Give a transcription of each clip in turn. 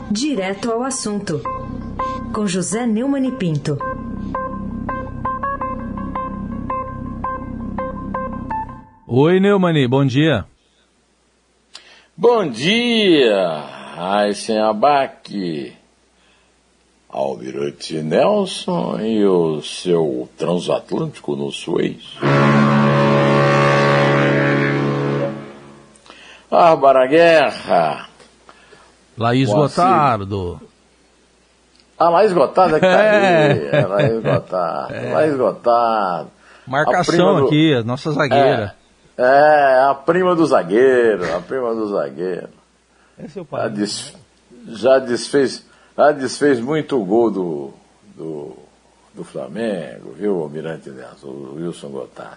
Direto ao assunto, com José Neumann e Pinto. Oi, Neumann, bom dia. Bom dia, Raíssen Abac, Almirante Nelson e o seu transatlântico no Suez. Bárbara Guerra. Laís Gotardo. Laís Gotardo é que tá aí. Laís Gotardo. Laís Gotardo. Marcação aqui, a nossa zagueira. A prima do zagueiro. Esse é o pai. Já desfez muito gol do Flamengo, viu, Almirante Nelson, o Wilson Gotardo.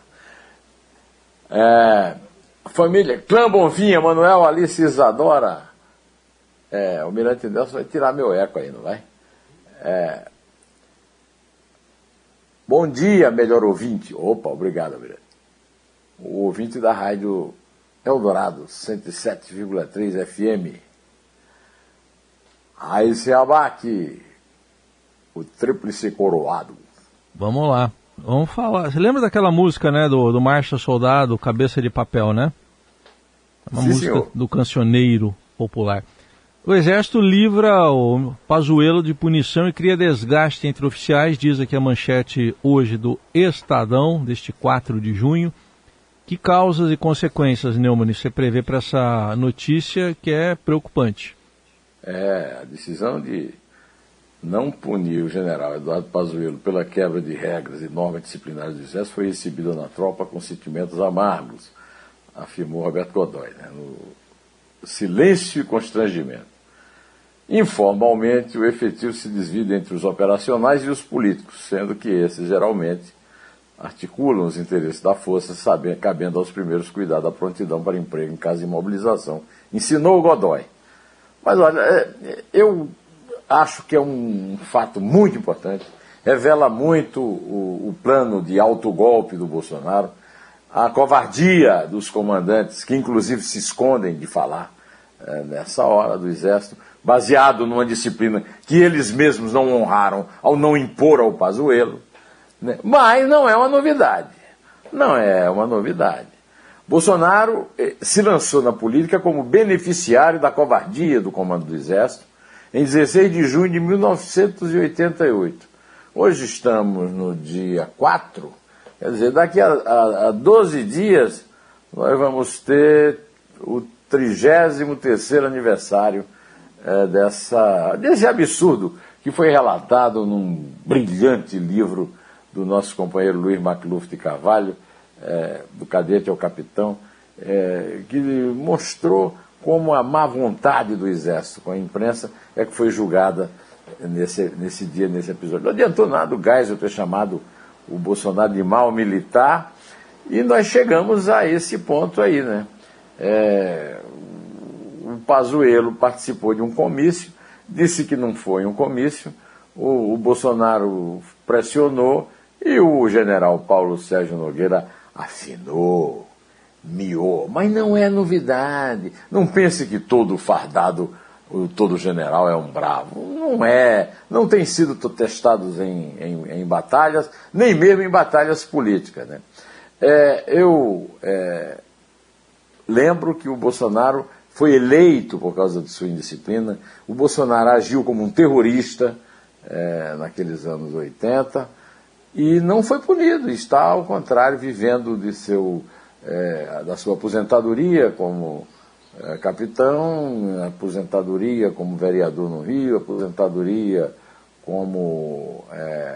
Família, Clã Bonfim, Manuel, Alice Isadora. O Almirante Nelson vai tirar meu eco aí, não vai? Bom dia, melhor ouvinte. Opa, obrigado, Almirante. O ouvinte da rádio Eldorado, 107,3 FM. Raíssen Abac, o tríplice coroado. Vamos lá, vamos falar. Você lembra daquela música, né, do Marcha Soldado, Cabeça de Papel, né? Uma música, senhor, do cancioneiro popular. O Exército livra o Pazuello de punição e cria desgaste entre oficiais, diz aqui a manchete hoje do Estadão, deste 4 de junho. Que causas e consequências, Neumann, você prevê para essa notícia que é preocupante? A decisão de não punir o general Eduardo Pazuello pela quebra de regras e normas disciplinares do Exército foi recebida na tropa com sentimentos amargos, afirmou Roberto Godoy, né, no silêncio e constrangimento. Informalmente, o efetivo se divide entre os operacionais e os políticos, sendo que esses geralmente articulam os interesses da força, cabendo aos primeiros cuidar da prontidão para emprego em caso de mobilização, ensinou Godoy. Mas olha, eu acho que é um fato muito importante, revela muito o plano de autogolpe do Bolsonaro, a covardia dos comandantes, que inclusive se escondem de falar nessa hora do Exército, baseado numa disciplina que eles mesmos não honraram ao não impor ao Pazuello. Mas não é uma novidade. Bolsonaro se lançou na política como beneficiário da covardia do comando do Exército em 16 de junho de 1988. Hoje estamos no dia 4, quer dizer, daqui a 12 dias nós vamos ter o 33º aniversário desse absurdo que foi relatado num brilhante livro do nosso companheiro Luiz Macluf de Carvalho, do cadete ao capitão, que mostrou como a má vontade do Exército com a imprensa é que foi julgada nesse dia, nesse episódio. Não adiantou nada o Geisel ter chamado o Bolsonaro de mau militar, e nós chegamos a esse ponto aí, né? O Pazuello participou de um comício, disse que não foi um comício, o Bolsonaro pressionou, e o general Paulo Sérgio Nogueira afinou, miou. Mas não é novidade. Não pense que todo fardado, todo general é um bravo. Não é. Não tem sido testados em batalhas, nem mesmo em batalhas políticas, né? Eu lembro que o Bolsonaro foi eleito por causa de sua indisciplina. O Bolsonaro agiu como um terrorista naqueles anos 80, e não foi punido, está, ao contrário, vivendo da sua aposentadoria como capitão, aposentadoria como vereador no Rio, aposentadoria como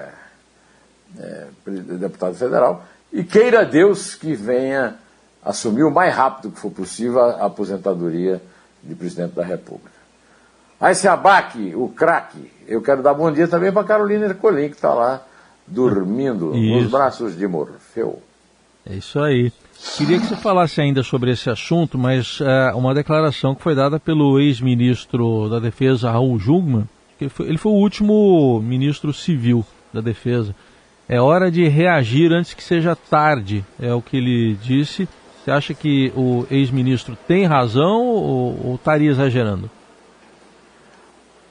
deputado federal, e queira Deus que venha assumir o mais rápido que for possível a aposentadoria de presidente da República. Raíssen Abac, o craque, eu quero dar bom dia também para Carolina Ercolim, que está lá dormindo nos braços de Morfeu. É isso aí. Queria que você falasse ainda sobre esse assunto, mas uma declaração que foi dada pelo ex-ministro da Defesa, Raul Jungmann, que ele foi o último ministro civil da Defesa. É hora de reagir antes que seja tarde, é o que ele disse. Você acha que o ex-ministro tem razão ou estaria exagerando?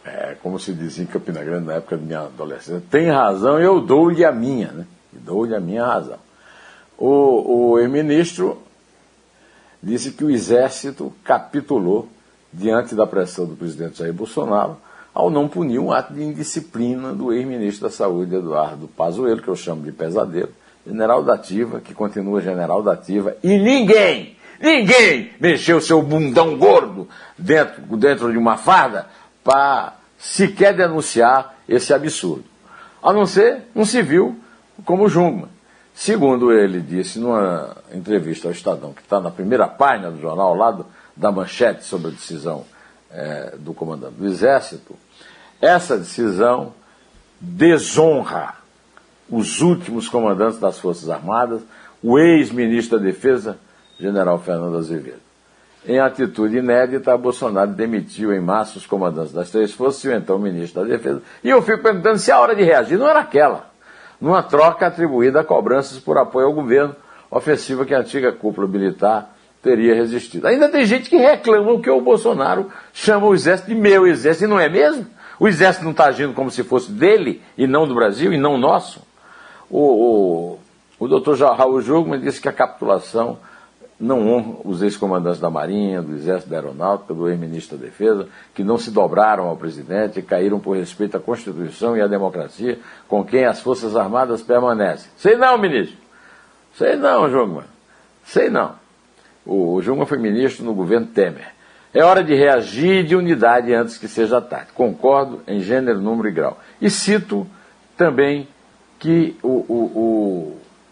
como se dizia em Campina Grande na época da minha adolescência, tem razão, eu dou-lhe a minha, né? Dou-lhe a minha razão. O ex-ministro disse que o Exército capitulou diante da pressão do presidente Jair Bolsonaro ao não punir um ato de indisciplina do ex-ministro da Saúde, Eduardo Pazuello, que eu chamo de pesadelo, general da ativa, que continua general da ativa, e ninguém mexeu seu bundão gordo dentro de uma farda para sequer denunciar esse absurdo. A não ser um civil como o Jungmann. Segundo ele disse numa entrevista ao Estadão, que está na primeira página do jornal, ao lado da manchete sobre a decisão do comandante do Exército, essa decisão desonra os últimos comandantes das Forças Armadas, o ex-ministro da Defesa, general Fernando Azevedo. Em atitude inédita, Bolsonaro demitiu em massa os comandantes das três forças e o então ministro da Defesa. E eu fico perguntando se a hora de reagir não era aquela, numa troca atribuída a cobranças por apoio ao governo, ofensiva que a antiga cúpula militar teria resistido. Ainda tem gente que reclama que o Bolsonaro chama o Exército de meu Exército, e não é mesmo? O Exército não está agindo como se fosse dele, e não do Brasil, e não nosso? O doutor Raul Jungmann disse que a capitulação não honra os ex-comandantes da Marinha, do Exército, da Aeronáutica, do ex-ministro da Defesa, que não se dobraram ao presidente e caíram por respeito à Constituição e à democracia, com quem as Forças Armadas permanecem. Sei não, ministro. Sei não, Jungmann. Sei não. O Jungmann foi ministro no governo Temer. É hora de reagir de unidade antes que seja tarde. Concordo em gênero, número e grau. E cito também que o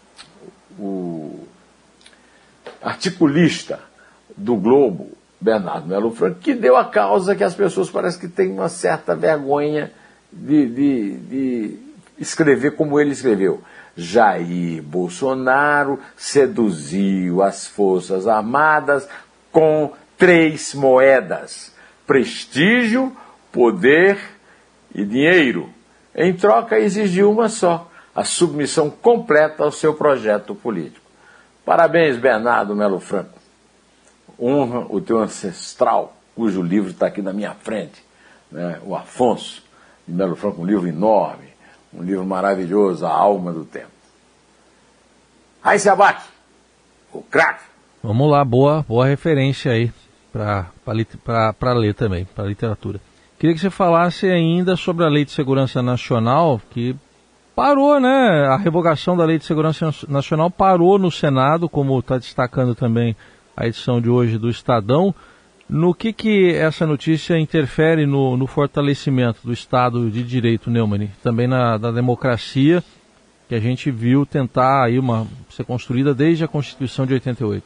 articulista do Globo, Bernardo Melo Franco, que deu a causa que as pessoas parecem que têm uma certa vergonha de escrever como ele escreveu. Jair Bolsonaro seduziu as Forças Armadas com 3 moedas: prestígio, poder e dinheiro. Em troca, exigiu uma só: a submissão completa ao seu projeto político. Parabéns, Bernardo Melo Franco. Honra o teu ancestral, cujo livro está aqui na minha frente, né? O Afonso de Melo Franco, um livro enorme, um livro maravilhoso, A Alma do Tempo. Aí se abate, o craque. Vamos lá, boa referência aí para ler também, para literatura. Queria que você falasse ainda sobre a Lei de Segurança Nacional, que parou, né? A revogação da Lei de Segurança Nacional parou no Senado, como está destacando também a edição de hoje do Estadão. No que essa notícia interfere no fortalecimento do Estado de Direito, Neumann? Também da democracia, que a gente viu tentar aí ser construída desde a Constituição de 88.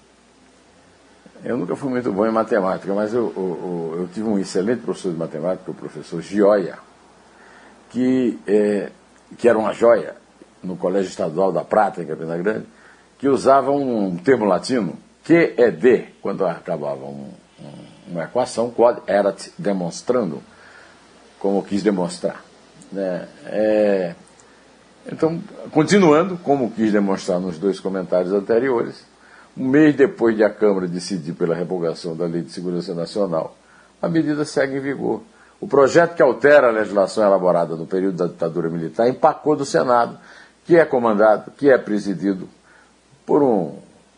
Eu nunca fui muito bom em matemática, mas eu tive um excelente professor de matemática, o professor Gioia, que era uma joia, no Colégio Estadual da Prata, em Campina Grande, que usava um termo latino, QED, quando acabava uma equação, quod erat demonstrando, como quis demonstrar. Né? Então, continuando, como quis demonstrar nos 2 comentários anteriores, um mês depois de a Câmara decidir pela revogação da Lei de Segurança Nacional, a medida segue em vigor. O projeto que altera a legislação elaborada no período da ditadura militar empacou do Senado, que é comandado, que é presidido por um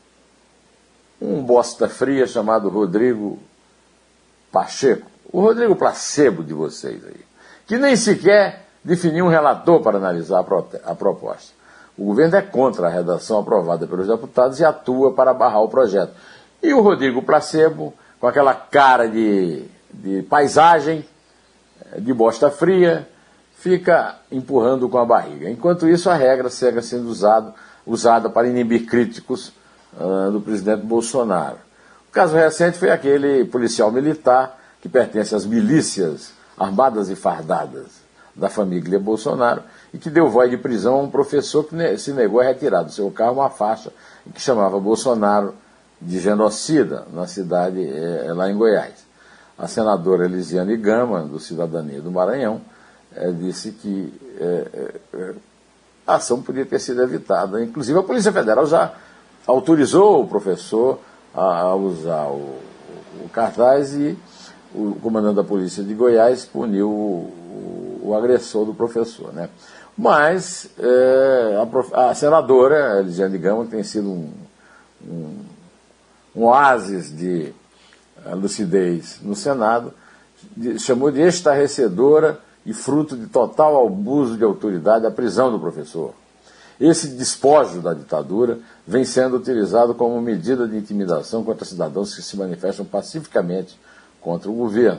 bosta fria chamado Rodrigo Pacheco, o Rodrigo Placebo de vocês aí, que nem sequer definiu um relator para analisar a proposta. O governo é contra a redação aprovada pelos deputados e atua para barrar o projeto. E o Rodrigo Placebo, com aquela cara de paisagem, de bosta fria, fica empurrando com a barriga. Enquanto isso, a regra segue sendo usada para inibir críticos do presidente Bolsonaro. O caso recente foi aquele policial militar que pertence às milícias armadas e fardadas da família Bolsonaro e que deu voz de prisão a um professor que se negou a retirar do seu carro uma faixa que chamava Bolsonaro de genocida na cidade, lá em Goiás. A senadora Elisiane Gama, do Cidadania do Maranhão, disse que a ação podia ter sido evitada. Inclusive, a Polícia Federal já autorizou o professor a usar o cartaz e o comandante da polícia de Goiás puniu o agressor do professor, né? Mas a senadora Elisiane Gama tem sido um oásis de lucidez no Senado, chamou de estarrecedora e fruto de total abuso de autoridade a prisão do professor. Esse despojo da ditadura vem sendo utilizado como medida de intimidação contra cidadãos que se manifestam pacificamente contra o governo.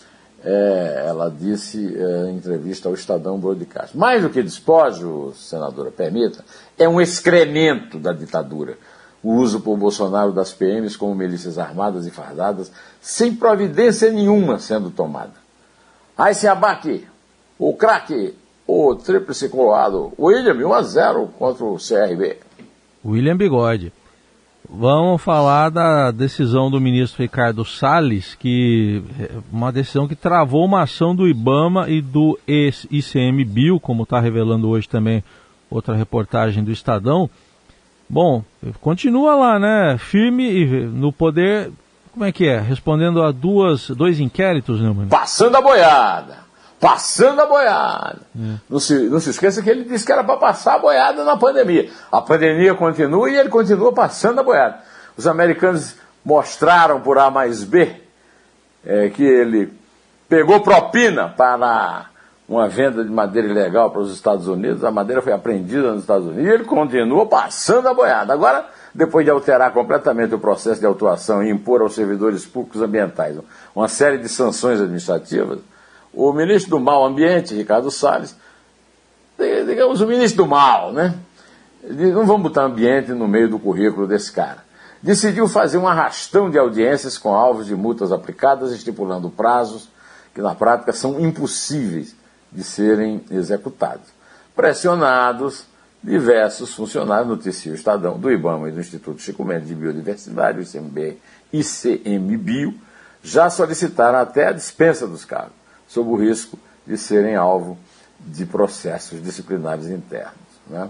Ela disse em entrevista ao Estadão Broadcast. Mais do que despojo, senadora, permita, é um excremento da ditadura. O uso por Bolsonaro das PMs como milícias armadas e fardadas, sem providência nenhuma sendo tomada. Aí se abaque, o craque, o tríplice coroado, William 1-0 contra o CRB. William Bigode. Vamos falar da decisão do ministro Ricardo Salles, uma decisão que travou uma ação do IBAMA e do ICMBio, como está revelando hoje também outra reportagem do Estadão. Bom, continua lá, né? Firme no poder, como é que é? Respondendo a dois inquéritos, né, mano? Passando a boiada! Passando a boiada. Não se esqueça que ele disse que era para passar a boiada na pandemia. A pandemia continua e ele continua passando a boiada. Os americanos mostraram por A mais B que ele pegou propina para uma venda de madeira ilegal para os Estados Unidos. A madeira foi apreendida nos Estados Unidos e ele continua passando a boiada. Agora, depois de alterar completamente o processo de autuação e impor aos servidores públicos ambientais uma série de sanções administrativas, o ministro do Mal Ambiente, Ricardo Salles, digamos o ministro do Mal, né? Não vamos botar ambiente no meio do currículo desse cara. Decidiu fazer um arrastão de audiências com alvos de multas aplicadas, estipulando prazos que na prática são impossíveis de serem executados. Pressionados, diversos funcionários, noticia o Estadão, do IBAMA e do Instituto Chico Mendes de Biodiversidade, o ICMBio, já solicitaram até a dispensa dos cargos, sob o risco de serem alvo de processos disciplinares internos, né?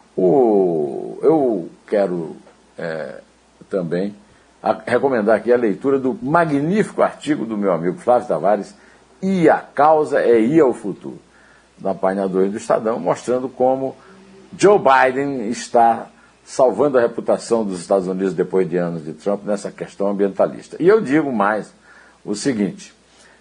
Eu quero também recomendar aqui a leitura do magnífico artigo do meu amigo Flávio Tavares, E a Causa é Ir ao Futuro, na página 2 do Estadão, mostrando como Joe Biden está salvando a reputação dos Estados Unidos depois de anos de Trump nessa questão ambientalista. E eu digo mais o seguinte,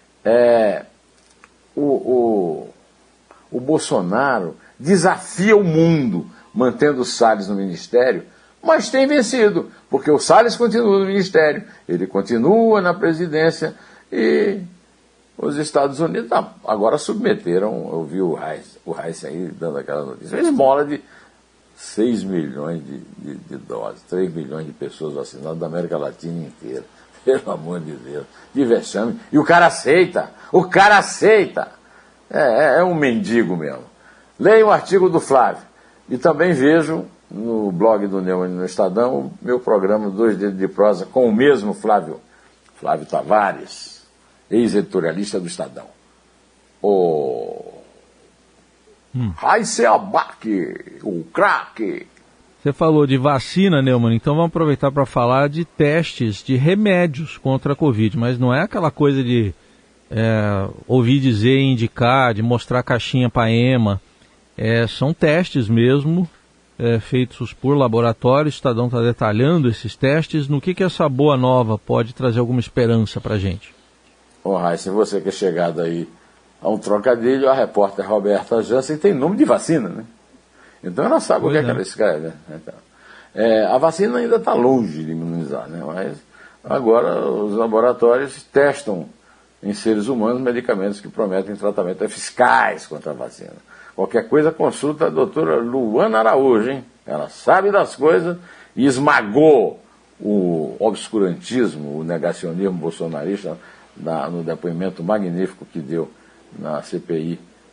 o Bolsonaro desafia o mundo mantendo o Salles no ministério, mas tem vencido, porque o Salles continua no ministério, ele continua na presidência e os Estados Unidos agora submeteram, eu vi o Reis aí dando aquela notícia, uma esmola de 6 milhões de doses, 3 milhões de pessoas vacinadas da América Latina inteira. Pelo amor de Deus, de vexame. E o cara aceita, É um mendigo mesmo. Leia o artigo do Flávio. E também vejo no blog do Neumann no Estadão o meu programa 2 Dedos de Prosa com o mesmo Flávio Tavares, ex-editorialista do Estadão. Raíssa Abac, o craque. Você falou de vacina, Neumann, então vamos aproveitar para falar de testes de remédios contra a Covid, mas não é aquela coisa de ouvir dizer e indicar, de mostrar caixinha para EMA. São testes mesmo, feitos por laboratórios. O Estadão está detalhando esses testes. No que essa boa nova pode trazer alguma esperança para a gente? Raíssa, você que é chegado aí a um trocadilho, a repórter Roberta Jansen tem nome de vacina, né? Então ela sabe o que ela escreve, né? Então, a vacina ainda está longe de imunizar, né? Mas agora os laboratórios testam em seres humanos medicamentos que prometem tratamento eficaz contra a vacina. Qualquer coisa, consulta a doutora Luana Araújo, hein? Ela sabe das coisas e esmagou o obscurantismo, o negacionismo bolsonarista no depoimento magnífico que deu na CPI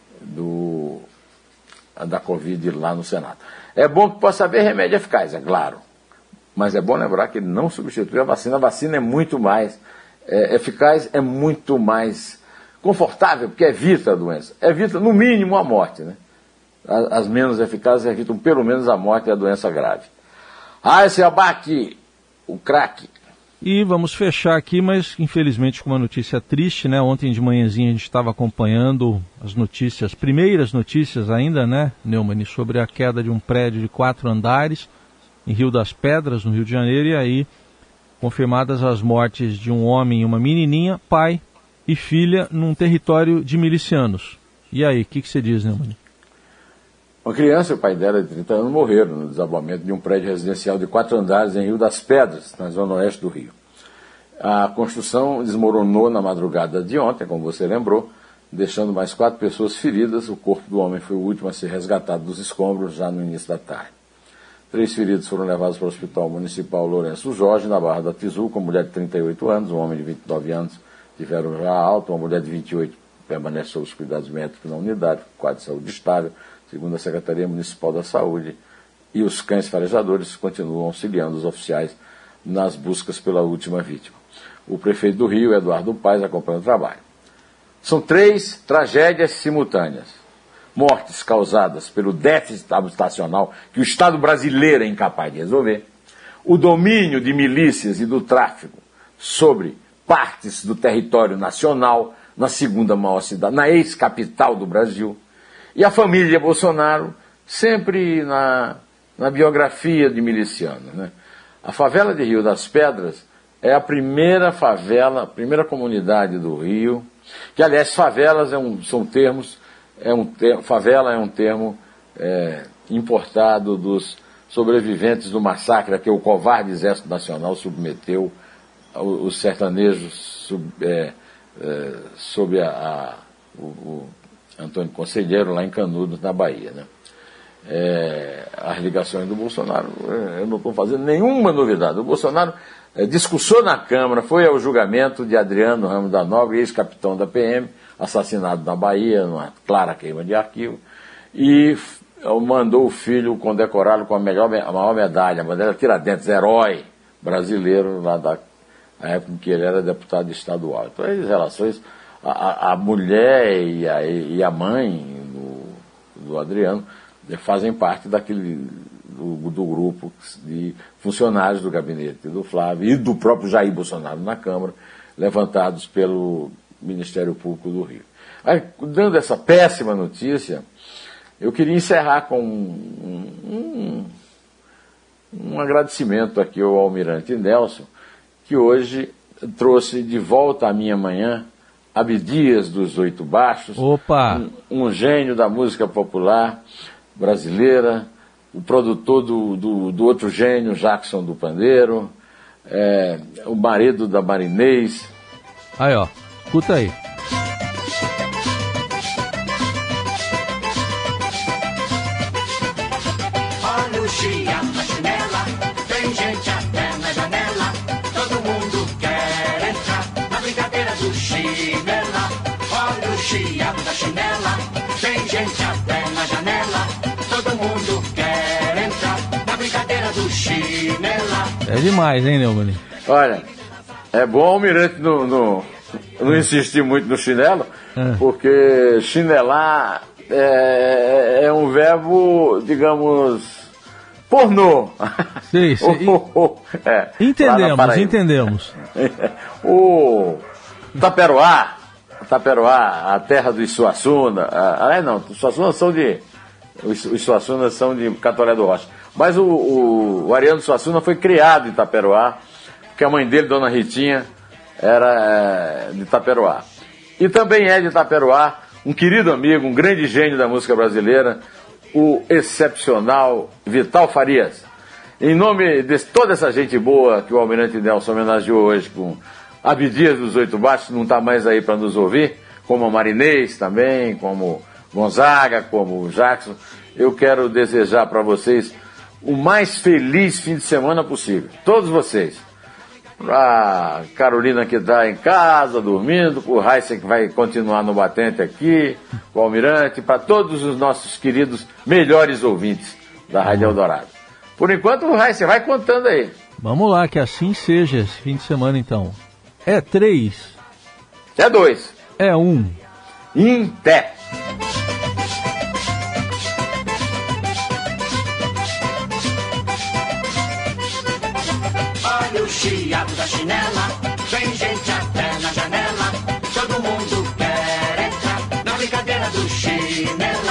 da Covid lá no Senado. É bom que possa haver remédio eficaz, é claro, mas é bom lembrar que ele não substitui a vacina. A vacina é muito mais eficaz, é muito mais confortável, porque evita a doença, evita no mínimo a morte, né? As menos eficazes evitam pelo menos a morte e a doença grave. Esse Abac, o craque. E vamos fechar aqui, mas infelizmente com uma notícia triste, né? Ontem de manhãzinha a gente estava acompanhando as notícias, primeiras notícias ainda, né, Neumann, sobre a queda de um prédio de 4 andares em Rio das Pedras, no Rio de Janeiro, e aí confirmadas as mortes de um homem e uma menininha, pai e filha, num território de milicianos. E aí, o que você diz, Neumann? Uma criança e o pai dela de 30 anos morreram no desabamento de um prédio residencial de 4 andares em Rio das Pedras, na zona oeste do Rio. A construção desmoronou na madrugada de ontem, como você lembrou, deixando mais 4 pessoas feridas. O corpo do homem foi o último a ser resgatado dos escombros já no início da tarde. 3 feridos foram levados para o Hospital Municipal Lourenço Jorge, na Barra da Tijuca, uma mulher de 38 anos, um homem de 29 anos tiveram já alta, uma mulher de 28 permanece sob os cuidados médicos na unidade, quadro de saúde estável, segundo a Secretaria Municipal da Saúde, e os cães farejadores continuam auxiliando os oficiais nas buscas pela última vítima. O prefeito do Rio, Eduardo Paes, acompanha o trabalho. São 3 tragédias simultâneas. Mortes causadas pelo déficit habitacional que o Estado brasileiro é incapaz de resolver, o domínio de milícias e do tráfico sobre partes do território nacional, na segunda maior cidade, na ex-capital do Brasil, e a família Bolsonaro sempre na biografia de miliciano, né? A favela de Rio das Pedras é a primeira favela, a primeira comunidade do Rio, que aliás favelas favela é um termo importado dos sobreviventes do massacre a que o covarde Exército Nacional submeteu os sertanejos sob o Antônio Conselheiro, lá em Canudos, na Bahia, né? As ligações do Bolsonaro, eu não estou fazendo nenhuma novidade. O Bolsonaro discursou na Câmara, foi ao julgamento de Adriano Ramos da Nóbrega, ex-capitão da PM, assassinado na Bahia, numa clara queima de arquivo, e mandou o filho condecorá-lo com a maior medalha, a medalha Tiradentes, herói brasileiro, lá da época em que ele era deputado estadual. Então, as relações, a mulher e a mãe do Adriano fazem parte do grupo de funcionários do gabinete do Flávio e do próprio Jair Bolsonaro na Câmara, levantados pelo Ministério Público do Rio. Aí, dando essa péssima notícia, eu queria encerrar com um agradecimento aqui ao almirante Nelson, que hoje trouxe de volta à minha manhã Abdias dos Oito Baixos, um gênio da música popular brasileira, o produtor do outro gênio, Jackson do Pandeiro, o marido da Marinês. Aí, ó, escuta aí. Olha o chia na chinela, tem gente até na janela, todo mundo quer entrar na brincadeira do chinela. Olha o chia na chinela, tem gente até na janela, todo mundo quer entrar na brincadeira do chinela. É demais, hein, Neumann? Olha, é bom o almirante não insistir muito no chinelo, porque chinelar é um verbo, digamos, pornô. Sim. Entendemos. O Taperoá, a terra do Issuaçuna, os Suassunas são de Catolé do Rocha. Mas o Ariano Suassuna foi criado em Taperoá, porque a mãe dele, Dona Ritinha, era de Taperoá. E também é de Taperoá um querido amigo, um grande gênio da música brasileira, o excepcional Vital Farias. Em nome de toda essa gente boa que o almirante Nelson homenageou hoje com Abdias dos Oito Baixos, não está mais aí para nos ouvir, como a Marinês também, como Gonzaga, como o Jackson, eu quero desejar para vocês o mais feliz fim de semana possível. Todos vocês. Para Carolina que está em casa, dormindo, para o Heisen que vai continuar no batente aqui, o Almirante, para todos os nossos queridos melhores ouvintes da Rádio Eldorado. Por enquanto o Heisen vai contando aí. Vamos lá, que assim seja esse fim de semana então. É 3. É 2. É 1. Em té. Olha o chiado da chinela, vem gente até na janela, todo mundo quer entrar na brincadeira do chinelo.